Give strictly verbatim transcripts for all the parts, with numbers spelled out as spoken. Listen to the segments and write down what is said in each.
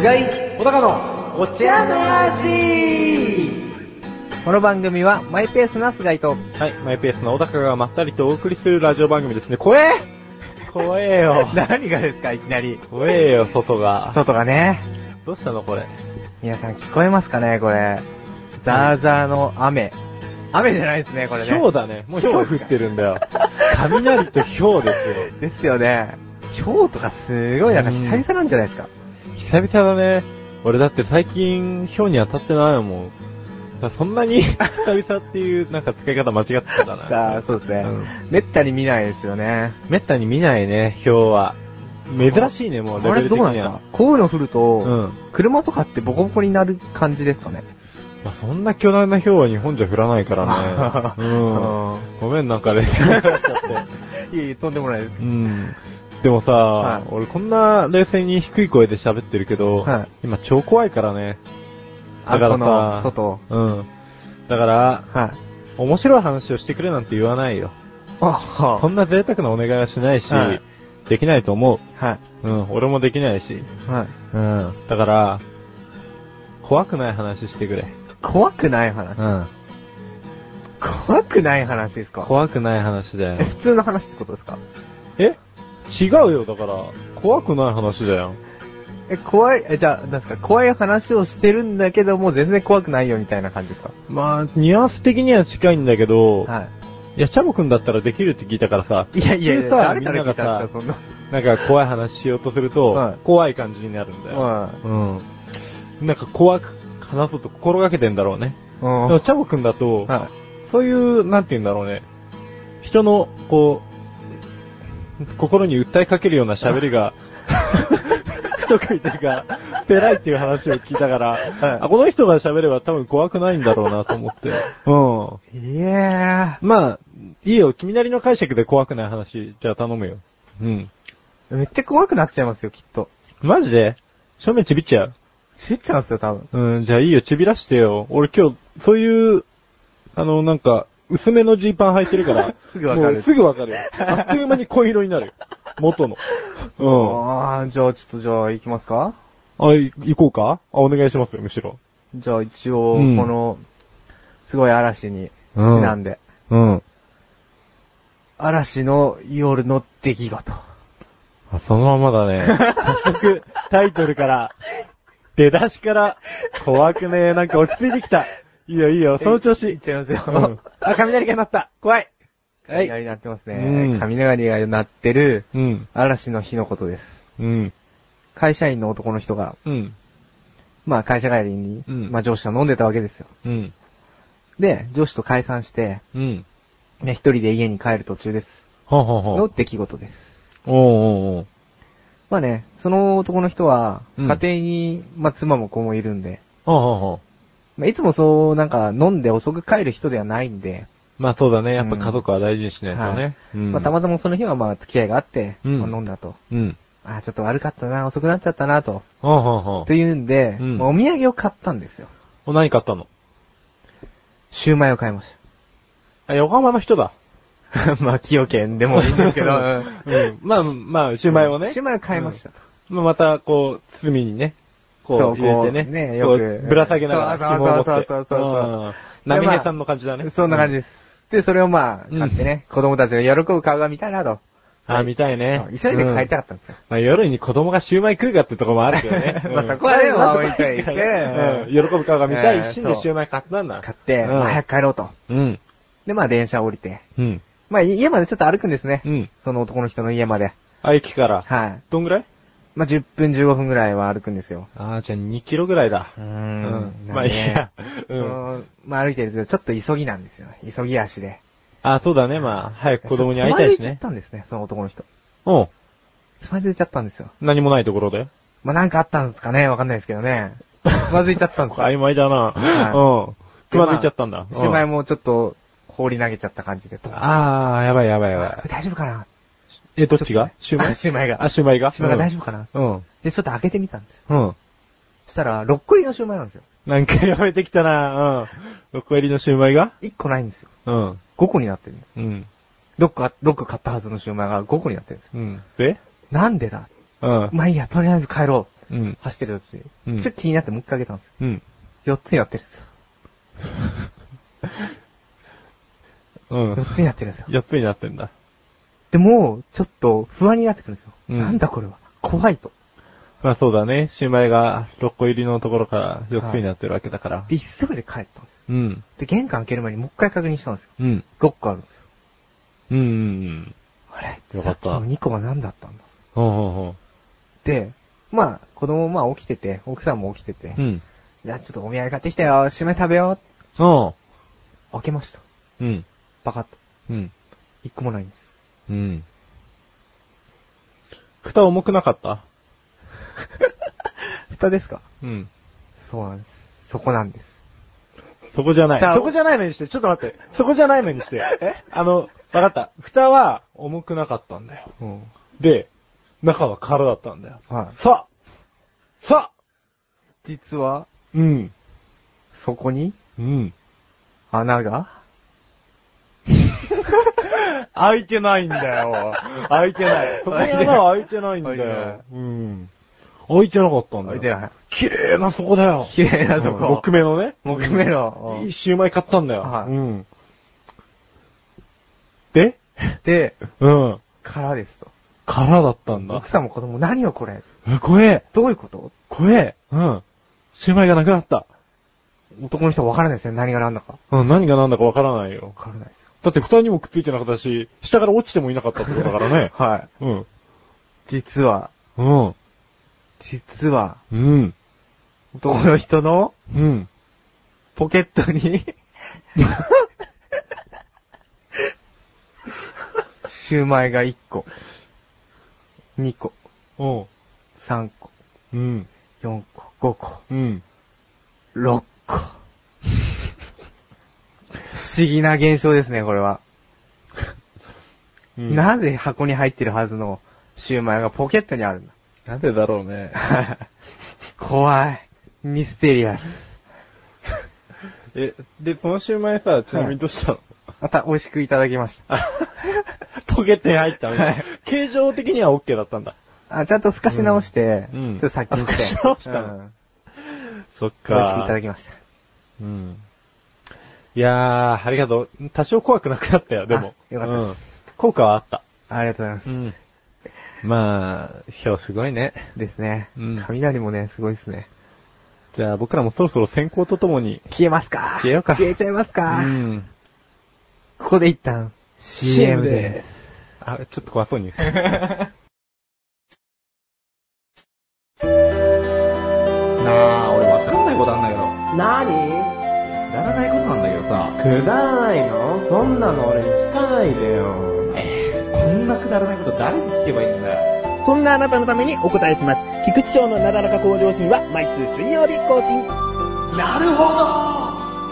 菅井小高のお茶の味。この番組はマイペースな菅井と、 はい、マイペースな小高がまったりとお送りするラジオ番組ですね。怖え怖えよ。 何がですかいきなり。 怖えよ、外が。 外がね。 どうしたのこれ。 皆さん聞こえますかねこれ。ザーザーの雨。雨じゃないですね、これね。 氷だね。もう氷降ってるんだよ。雷と氷ですよ。 ですよね。氷とかすごいなんか久々なんじゃないですか。 久々だね。俺だって最近氷に当たってないもん。だそんなに久々っていうなんか使い方間違ってたかな。 あそうですね、うん。 めったに見ないですよね。 めったに見ないね、氷は。珍しいね、もうレベル的には。あれどうなんですかこういうの降ると、 うん、 車とかってボコボコになる感じですかね。 まあ、そんな巨大な氷は日本じゃ降らないからね。うん。ごめんなんかです。 いえいえ、とんでもないです。 うん。でもさ、はい、俺こんな冷静に低い声で喋ってるけど、はい、今超怖いからね。だからさ、 外。 うん。だから、はい、面白い話をしてくれなんて言わないよ。 あそんな贅沢なお願いはしないし、はい、できないと思う。 はい。 うん、俺もできないし。 はい。 うん。だから、怖くない話してくれ。 怖くない話？うん。怖くない話ですか？ 怖くない話だよ。 え、普通の話ってことですか？ え？違うよ、だから、怖くない話だよ。 え、怖い、え、じゃあ、なんですか、怖い話をしてるんだけども、全然怖くないよみたいな感じですか？ まあ、ニュアンス的には近いんだけど、 はい。 いや、チャボくんだったらできるって聞いたからさ、 いやいやいや、 さ、みんながさ、 そんな、 なんか怖い話しようとすると、はい、怖い感じになるんだよ。 はい。 うん。なんか怖く話そうと心がけてんだろうね。 うん。 でも、チャボくんだと、はい、そういう、なんて言うんだろうね、人の、こう、心に訴えかけるような喋りが、不得意というか、ペライっていう話を聞いたから、はい、あ、この人が喋れば多分怖くないんだろうなと思って。 うん。いやー。まあ、いいよ、君なりの解釈で怖くない話、じゃあ頼むよ。うん。 めっちゃ怖くなっちゃいますよ、きっと。 マジで？正面ちびっちゃう？ ちびっちゃうんですよ、多分。 うん、じゃあいいよ、ちびらしてよ。俺今日、そういう、あの、なんか、薄めのジーパン履いてるから、 すぐわかる。 すぐわかるよ。あっという間に紺色になる。元の。 うん。ああ、じゃあちょっとじゃあ行きますか？ あ、行こうか？あ、お願いしますよ、むしろ。 じゃあ一応、うん、この、すごい嵐にちなんで。 うん。うん、 嵐の夜の出来事。 あ、そのままだね。早速、タイトルから、出だしから、怖くねえ、なんか落ち着いてきた。いいよいいよ、その調子。 いっちゃいますよ。 うん、あ、雷が鳴った。怖い。 雷鳴ってますね。うん、雷が鳴ってる、 うん、 嵐の日のことです。 うん、 会社員の男の人が、 うん、 まあ会社帰りに、うん、まあ上司と飲んでたわけですよ。 うん、 で、上司と解散して、 うん、 ね、一人で家に帰る途中です。 ほうほうほうの出来事です。 おうおうおう。 まあね、その男の人は、家庭に、うん、まあ妻も子もいるんで、 ほうほうほう。 まあ、いつもそう、なんか飲んで遅く帰る人ではないんで。 まあそうだね、やっぱ家族は大事にしないとね。はいうん、まあたまたまその日はまあ付き合いがあって、 うんまあ、飲んだと。 うん。 ああ、ちょっと悪かったな、遅くなっちゃったなと。 ほうほうほう。 というんで、うんまあ、お土産を買ったんですよ。 お、何買ったの？ シューマイを買いました。 あ、横浜の人だ。 まあ、崎陽軒でもいいんですけど、うん、 まあ、まあ、シューマイをね。 シューマイを買いましたと。 うん、まあ、また、こう、包みにね、こう入れてね。 ね、よく。 ぶら下げながら紐を持って。 そうそうそうそうそう。 波平さんの感じだね。 そんな感じです。で、それをまあ、買ってね、子供たちが喜ぶ顔が見たいなと。 ああ、見たいね。 急いで帰りたかったんですよ。 まあ、夜に子供がシューマイ食うかってとこもあるけどね。 まあ、そこはね、まあ置いといて、 喜ぶ顔が見たい一心でシューマイ買ったんだ。 買って、早く帰ろうと。 うん。 で、まあ、電車降りて。 うん。 まあ、家までちょっと歩くんですね。 うん。 その男の人の家まで。 あ、駅から。 はい。 どんぐらい？ まあ、じゅっぷんじゅうごふんぐらいは歩くんですよ。 ああ、じゃあにキロぐらいだ。 うーん。 まあいいや。 うん。まあ歩いてるとちょっと急ぎなんですよ。急ぎ足で。 ああ、そうだね。まあ、早く子供に会いたいしね。つまずいちゃったんですね、その男の人。 うん。 つまずいちゃったんですよ。 何もないところで？ まあなんかあったんですかね、わかんないですけどね。つまずいちゃったんですよ。 曖昧だな。うん。つまずいちゃったんだ。 シューマイもちょっと放り投げちゃった感じで。 ああ、やばいやばいやばい。 大丈夫かな？ え、どっちが？シューマイ？ シューマイが。 あ、シューマイが？ シューマイが大丈夫かな？ うん。 で、ちょっと開けてみたんですよ。 うん。 そしたら、ろっこ入りのシューマイなんですよ。 なんかやめてきたな。うん。ろっこ入りのシューマイが？ いっこないんですよ。 うん。 ごこになってるんです。 うん。 ろっこ、ろっこ買ったはずのシューマイがごこになってるんですよ。 うん。で？ なんでだ？ うん。 まあいいや、とりあえず帰ろう。 うん。 走ってる途中に。 うん。 ちょっと気になってもう一回開けたんですよ。 うん。 よっつになってるんですよ。 うん。 よっつになってるんですよ。 よっつになってんだ。 でも、ちょっと不安になってくるんですよ。 うん、 なんだこれは。怖いと。 まあそうだね。シューマイがろっこ入りのところからよっつになってるわけだから。 で、急いで帰ったんですよ。 うん。 で、玄関開ける前にもう一回確認したんですよ。 うん。 ろっこあるんですよ。 うんうんうん。 あれよかった。 さっきのにこは何だったんだ。 ほうほうほう。で、まあ、子供まあ起きてて、奥さんも起きてて。 うん。 じゃあちょっとお土産買ってきたよ。シューマイ食べよう。うん。 開けました。 うん。 バカッと。 うん。 一個もないんです。 うん。蓋重くなかった？ 蓋ですか？ うん。 そうなんです。そこなんです。 そこじゃない。 蓋をそこじゃないのにして。ちょっと待って。そこじゃないのにして。 え？ あの、わかった。蓋は重くなかったんだよ。 うん。 で、中は空だったんだよ。 はい。 ささ実は、 うん。 そこに、 うん。 穴が開いてないんだよ。開いてない。そこに穴は開いてないんだ開いてないよ。うん。開いてなかったんだよ。 開いてない。 綺麗なそこだよ。 綺麗なそこ。 木目のね。 木目の。 いいシューマイ買ったんだよ。 はい。 うん。でで、 うん。 空ですと。 空だったんだ。 奥さんも子供何よこれ。 え、怖え。 どういうこと？ 怖え。うん。シューマイがなくなった。 男の人わからないですよ。何が何だか。 うん、何が何だかわからないよ。 わからないですよ。 だって蓋にもくっついてなかったし、下から落ちてもいなかったってことだからね。 はい。 うん。 実は、 うん。 実は、 うん。 男の人の、 うん。 ポケットに、シューマイがいっこ、にこ、 うん。 さんこ、 うん。 よんこ、ごこ、 うん。 ろっこ。不思議な現象ですね、これは。 うん、 なぜ箱に入ってるはずのシューマイがポケットにあるんだ。 なんでだろうね。 怖い。ミステリアス。 え、で、そのシューマイさ、ちなみにどうしたの？ また美味しくいただきました。 ポケットに入ったのね。形状的には OK だったんだ。 あ、ちゃんと透かし直して、うん、ちょっと先にして。 透かし直したの、うん、そっか。 美味しくいただきました。 うん。いやー、ありがとう。多少怖くなくなったよ、でも。 よかったです、うん。 効果はあった。 ありがとうございます。うん、 まあ、今日すごいね。 ですね。 うん。 雷もね、すごいですね。 じゃあ僕らもそろそろ先行とともに。 消えますか？ 消えようか。 消えちゃいますか？ うん。 ここで一旦、シーエム です。 あ、ちょっと怖そうに。 なあ、俺わかんないことあんだけど。 なに？ くだらないことなんだけどさ。 くだらないの？そんなの俺に聞かないでよ。 えー、こんなくだらないこと誰に聞けばいいんだよ。 そんなあなたのためにお答えします。菊池翔のなだらか向上心は毎週水曜日更新。 なるほど。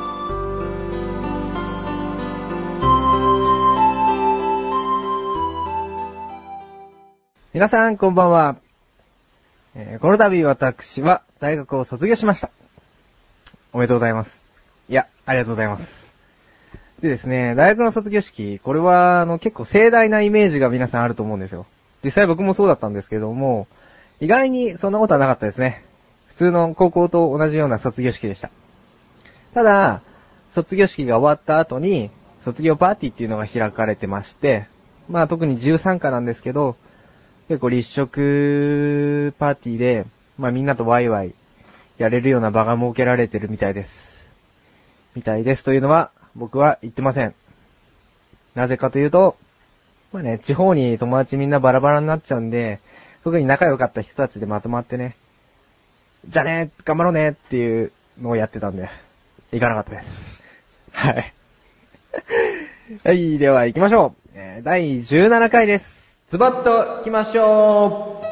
皆さんこんばんは。えー、この度私は大学を卒業しました。おめでとうございます。いや、ありがとうございます。でですね、大学の卒業式、これはあの結構盛大なイメージが皆さんあると思うんですよ。実際僕もそうだったんですけども、意外にそんなことはなかったですね。普通の高校と同じような卒業式でした。ただ、卒業式が終わった後に、卒業パーティーっていうのが開かれてまして、まあ特にじゅうさんかなんですけど、結構立食パーティーで、まあみんなとワイワイやれるような場が設けられてるみたいです。みたいですというのは僕は言ってません。なぜかというと、まあね、地方に友達みんなバラバラになっちゃうんで、特に仲良かった人たちでまとまってね、じゃあね、頑張ろうねっていうのをやってたんで、行かなかったです。はい。はい、では行きましょう。えー、だいじゅうななかいです。ズバッと行きましょ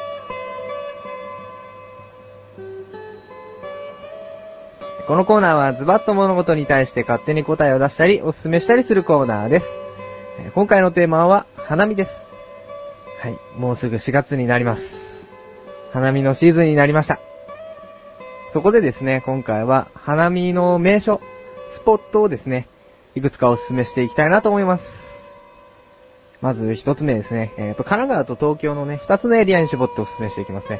う。このコーナーはズバッと物事に対して勝手に答えを出したり、おすすめしたりするコーナーです。今回のテーマは、花見です。はい、もうすぐしがつになります。花見のシーズンになりました。そこでですね、今回は、花見の名所、スポットをですね、いくつかお勧めしていきたいなと思います。まず一つ目ですね、えっと、神奈川と東京のね、二つのエリアに絞ってお勧めしていきますね。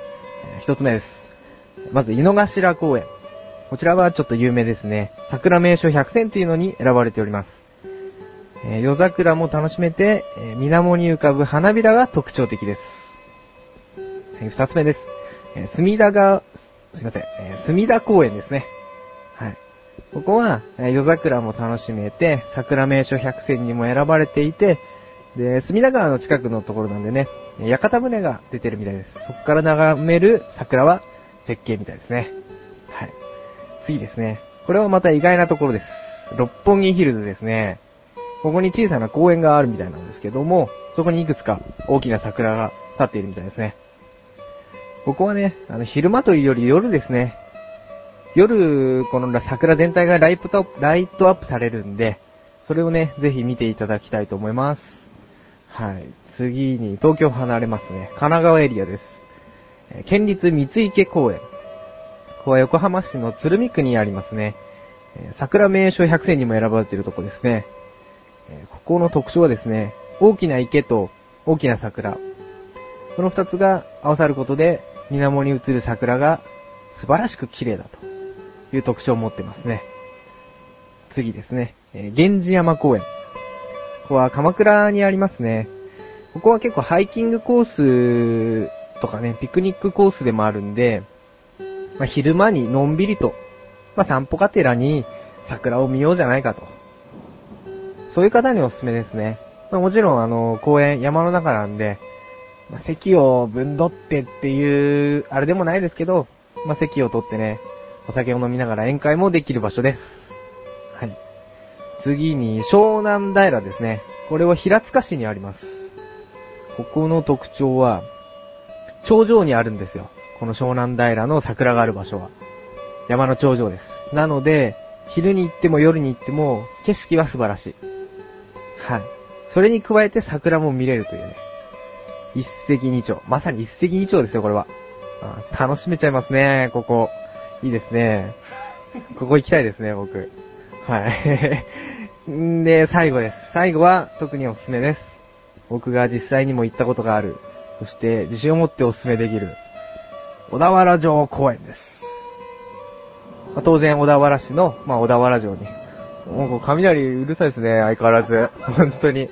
えー一つ目です。まず、井の頭公園。こちらはちょっと有名ですね。桜名所ひゃく選っていうのに選ばれております。えー夜桜も楽しめて、えー水面に浮かぶ花びらが特徴的です。はい、二つ目です。えー隅田が、すいません、えー隅田公園ですね。はい。ここは、えー夜桜も楽しめて、桜名所ひゃく選にも選ばれていて、で、隅田川の近くのところなんでね、屋形船が出てるみたいです。そこから眺める桜は絶景みたいですね。はい。次ですね。これはまた意外なところです。六本木ヒルズですね。ここに小さな公園があるみたいなんですけども、そこにいくつか大きな桜が立っているみたいですね。ここはね、あの、昼間というより夜ですね。夜、この桜全体がライトアップ、ライトアップされるんで、それをね、ぜひ見ていただきたいと思います。はい。次に、東京離れますね。神奈川エリアです。えー県立三池公園。ここは横浜市の鶴見区にありますね。えー桜名所ひゃく選にも選ばれているとこですね。えーここの特徴はですね、大きな池と大きな桜。この二つが合わさることで、水面に映る桜が素晴らしく綺麗だという特徴を持ってますね。次ですね、えー源氏山公園。ここは鎌倉にありますね。ここは結構ハイキングコースとかね、ピクニックコースでもあるんで、まあ、昼間にのんびりと、まあ、散歩がてらに桜を見ようじゃないかと。そういう方におすすめですね。まあ、もちろんあの、公園、山の中なんで、まあ、席を分取ってっていう、あれでもないですけど、まあ、席を取ってね、お酒を飲みながら宴会もできる場所です。はい。次に、湘南平ですね。これは平塚市にあります。ここの特徴は、頂上にあるんですよ。この湘南平の桜がある場所は。山の頂上です。なので、昼に行っても夜に行っても、景色は素晴らしい。はい。それに加えて桜も見れるというね。一石二鳥。まさに一石二鳥ですよ、これは。あ、楽しめちゃいますね、ここ。いいですね。ここ行きたいですね、僕。はい。んで、最後です。最後は特におすすめです。僕が実際にも行ったことがある。そして自信を持っておすすめできる。小田原城公園です。まあ、当然小田原市の、まあ、小田原城に。もう雷うるさいですね、相変わらず。本当に。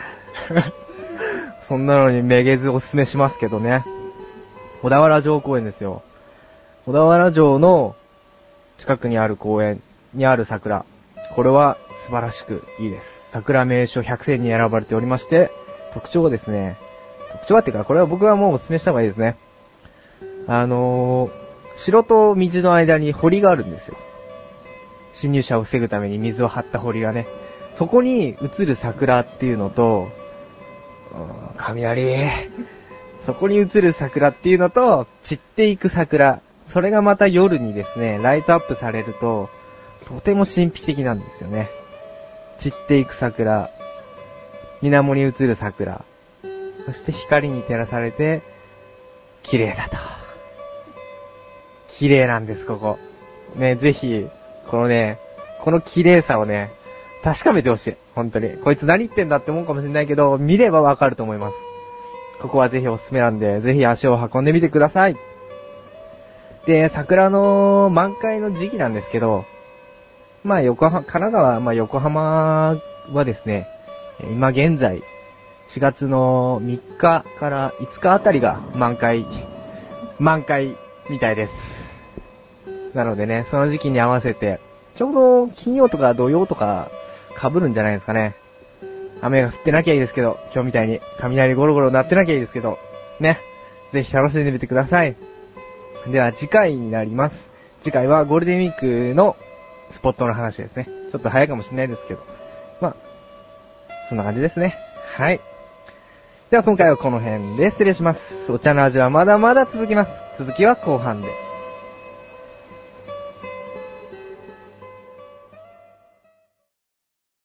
そんなのにめげずおすすめしますけどね。小田原城公園ですよ。小田原城の近くにある公園にある桜。これは素晴らしくいいです。桜名所ひゃく選に選ばれておりまして、特徴はですね、特徴はっていうか、これは僕はもうお勧めした方がいいですね。あのー、城と水の間に堀があるんですよ。侵入者を防ぐために水を張った堀がね。そこに映る桜っていうのと、うん、雷。そこに映る桜っていうのと、散っていく桜。それがまた夜にですね、ライトアップされると、とても神秘的なんですよね。散っていく桜。水面に映る桜。そして光に照らされて、綺麗だと。綺麗なんです、ここ。ね、ぜひ、このね、この綺麗さをね、確かめてほしい。本当に。こいつ何言ってんだって思うかもしれないけど、見ればわかると思います。ここはぜひおすすめなんで、ぜひ足を運んでみてください。で、桜の満開の時期なんですけど、まあ横浜、神奈川、まあ横浜はですね、今現在、しがつのみっかからいつかあたりが満開、満開みたいです。なのでね、その時期に合わせて、ちょうど金曜とか土曜とか被るんじゃないですかね。雨が降ってなきゃいいですけど、今日みたいに雷ゴロゴロ鳴ってなきゃいいですけど、ね。ぜひ楽しんでみてください。では次回になります。次回はゴールデンウィークのスポットの話ですね。ちょっと早いかもしれないですけど。まあ、そんな感じですね。はい。では今回はこの辺で失礼します。お茶の味はまだまだ続きます。続きは後半で。